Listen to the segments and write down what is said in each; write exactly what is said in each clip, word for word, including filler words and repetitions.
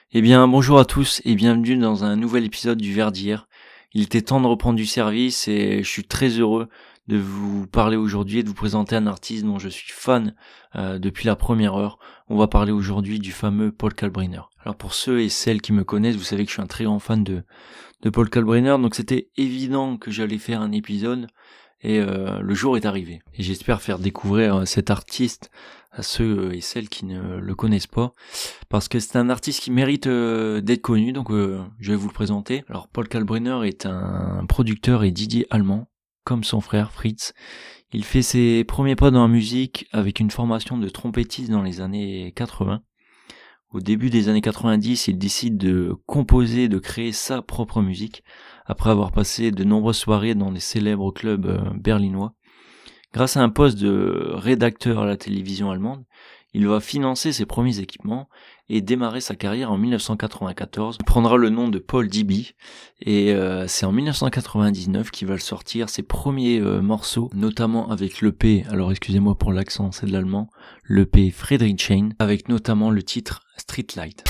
Eh bien, bonjour à tous et bienvenue dans un nouvel épisode du Verre d'hier. Il était temps de reprendre du service et je suis très heureux de vous parler aujourd'hui et de vous présenter un artiste dont je suis fan euh, depuis la première heure. On va parler aujourd'hui du fameux Paul Kalkbrenner. Alors pour ceux et celles qui me connaissent, vous savez que je suis un très grand fan de, de Paul Kalkbrenner, donc c'était évident que j'allais faire un épisode et euh, le jour est arrivé. Et j'espère faire découvrir euh, cet artiste à ceux et celles qui ne le connaissent pas, parce que c'est un artiste qui mérite euh, d'être connu, donc euh, je vais vous le présenter. Alors Paul Kalkbrenner est un producteur et D J allemand, comme son frère Fritz. Il fait ses premiers pas dans la musique avec une formation de trompettiste dans les années quatre-vingts. Au début des années quatre-vingt-dix, il décide de composer, de créer sa propre musique, après avoir passé de nombreuses soirées dans des célèbres clubs euh, berlinois. Grâce à un poste de rédacteur à la télévision allemande, il va financer ses premiers équipements et démarrer sa carrière en dix-neuf cent quatre-vingt-quatorze. Il prendra le nom de Paul D B et euh, c'est en dix-neuf cent quatre-vingt-dix-neuf qu'il va sortir ses premiers euh, morceaux, notamment avec l'E P, alors excusez-moi pour l'accent, c'est de l'allemand, l'E P Friedrichshain, avec notamment le titre Streetlight.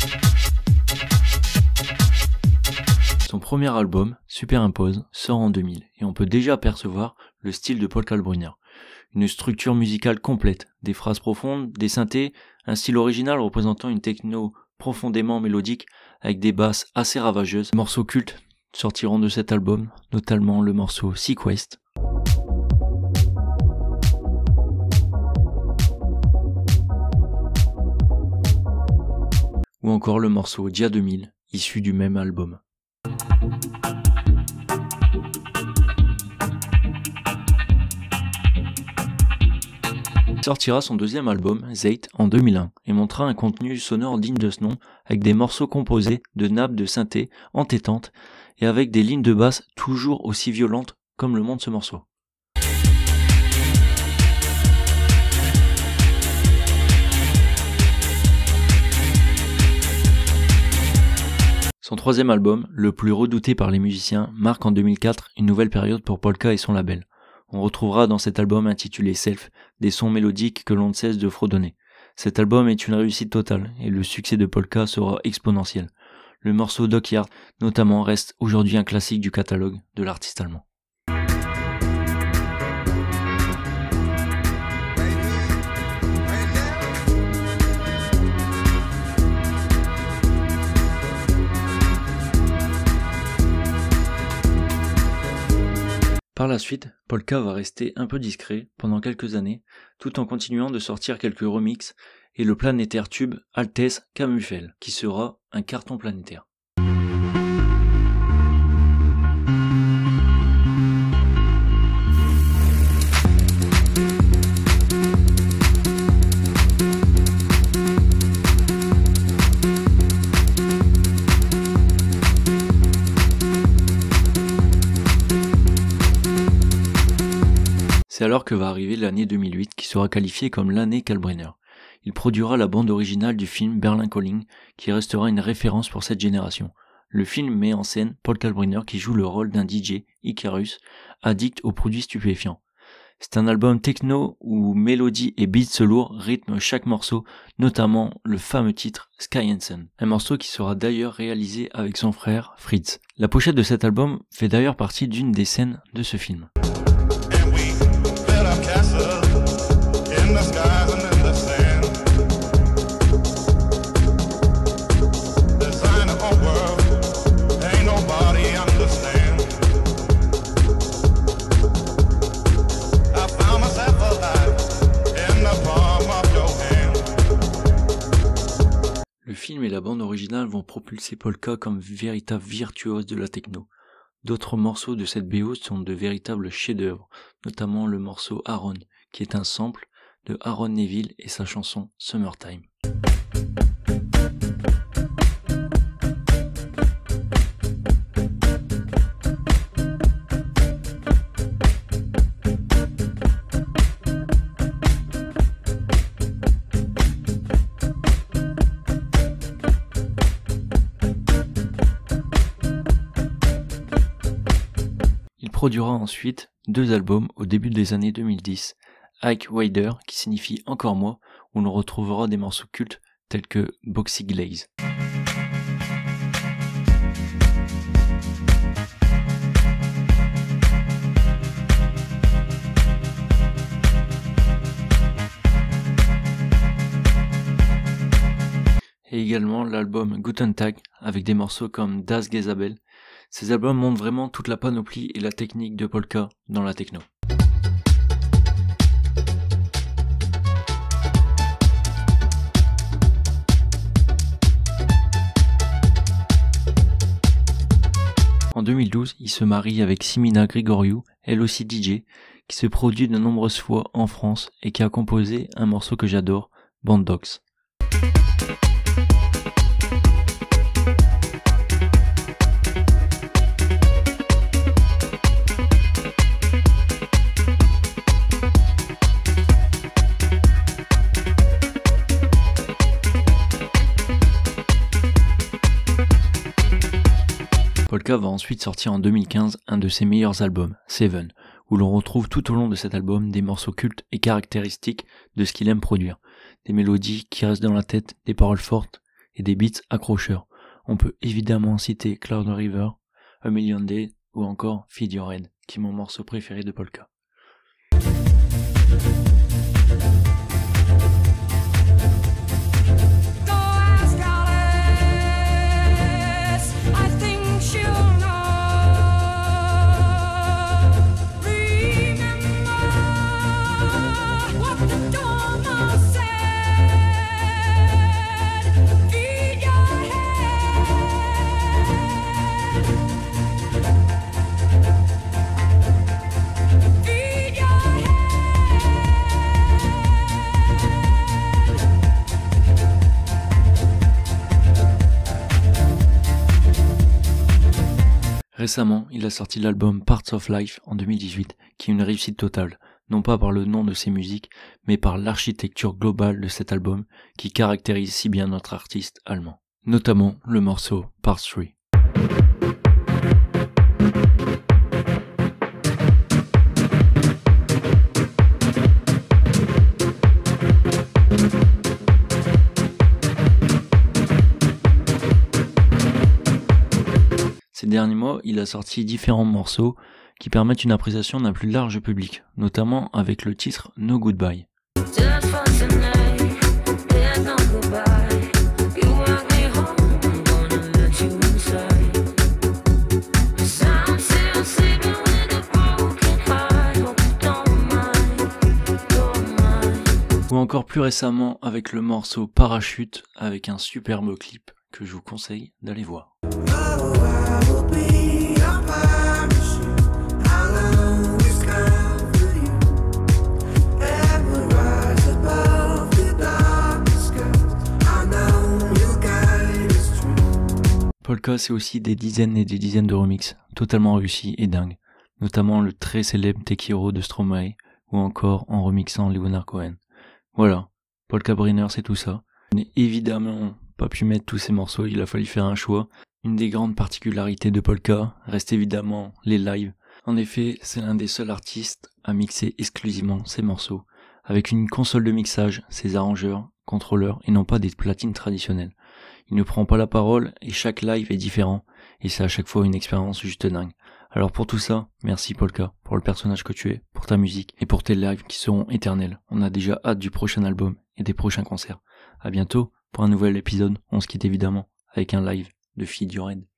Son premier album, Superimpose, sort en deux mille et on peut déjà apercevoir le style de Paul Kalkbrenner. Une structure musicale complète, des phrases profondes, des synthés, un style original représentant une techno profondément mélodique avec des basses assez ravageuses. Les morceaux cultes sortiront de cet album, notamment le morceau Sequest. Ou encore le morceau Dia deux mille, issu du même album. Il sortira son deuxième album, Zeit, en deux mille un, et montrera un contenu sonore digne de ce nom, avec des morceaux composés de nappes de synthé entêtantes, et avec des lignes de basse toujours aussi violentes comme le montre ce morceau. Son troisième album, le plus redouté par les musiciens, marque en deux mille quatre une nouvelle période pour Polka et son label. On retrouvera dans cet album intitulé Self des sons mélodiques que l'on ne cesse de fredonner. Cet album est une réussite totale et le succès de Polka sera exponentiel. Le morceau Dockyard notamment reste aujourd'hui un classique du catalogue de l'artiste allemand. Par la suite, Polka va rester un peu discret pendant quelques années, tout en continuant de sortir quelques remixes et le planétaire tube Altesse Kamufel, qui sera un carton planétaire. C'est alors que va arriver l'année deux mille huit qui sera qualifiée comme l'année Kalkbrenner. Il produira la bande originale du film Berlin Calling qui restera une référence pour cette génération. Le film met en scène Paul Kalkbrenner qui joue le rôle d'un D J, Icarus, addict aux produits stupéfiants. C'est un album techno où mélodie et beats lourds rythment chaque morceau, notamment le fameux titre Sky and Sun, un morceau qui sera d'ailleurs réalisé avec son frère Fritz. La pochette de cet album fait d'ailleurs partie d'une des scènes de ce film. Le film et la bande originale vont propulser Polka comme véritable virtuose de la techno. D'autres morceaux de cette B O sont de véritables chefs-d'œuvre, notamment le morceau Aaron, qui est un sample de Aaron Neville et sa chanson Summertime. Il produira ensuite deux albums au début des années deux mille dix, Ike Wider, qui signifie encore moi, où l'on retrouvera des morceaux cultes tels que Boxy Glaze. et également l'album Guten Tag avec des morceaux comme Das Gesabel. Ces albums montrent vraiment toute la panoplie et la technique de Polka dans la techno. En deux mille douze, il se marie avec Simina Grigoriou, elle aussi D J, qui se produit de nombreuses fois en France et qui a composé un morceau que j'adore, Band Dogs. Polka va ensuite sortir en deux mille quinze un de ses meilleurs albums, Seven, où l'on retrouve tout au long de cet album des morceaux cultes et caractéristiques de ce qu'il aime produire. Des mélodies qui restent dans la tête, des paroles fortes et des beats accrocheurs. On peut évidemment citer Cloud River, A Million Days ou encore Feed Your Head, qui est mon morceau préféré de Polka. Récemment, il a sorti l'album Parts of Life en deux mille dix-huit, qui est une réussite totale, non pas par le nom de ses musiques, mais par l'architecture globale de cet album qui caractérise si bien notre artiste allemand, notamment le morceau Part trois. Ces derniers mois, il a sorti différents morceaux qui permettent une appréciation d'un plus large public, notamment avec le titre No Goodbye. Ou encore plus récemment avec le morceau Parachute avec un superbe clip que je vous conseille d'aller voir. Polka, c'est aussi des dizaines et des dizaines de remixes, totalement réussis et dingues, notamment le très célèbre Tekiro de Stromae, ou encore en remixant Leonard Cohen. Voilà, Polka Brenner c'est tout ça. Je n'ai évidemment pas pu mettre tous ces morceaux, il a fallu faire un choix. Une des grandes particularités de Polka reste évidemment les lives. En effet, c'est l'un des seuls artistes à mixer exclusivement ses morceaux, avec une console de mixage, ses arrangeurs, contrôleurs et non pas des platines traditionnelles. Il ne prend pas la parole et chaque live est différent et c'est à chaque fois une expérience juste dingue. Alors pour tout ça, merci Polka, pour le personnage que tu es, pour ta musique et pour tes lives qui seront éternels. On a déjà hâte du prochain album et des prochains concerts. À bientôt pour un nouvel épisode, on se quitte évidemment avec un live de Feed Your Head.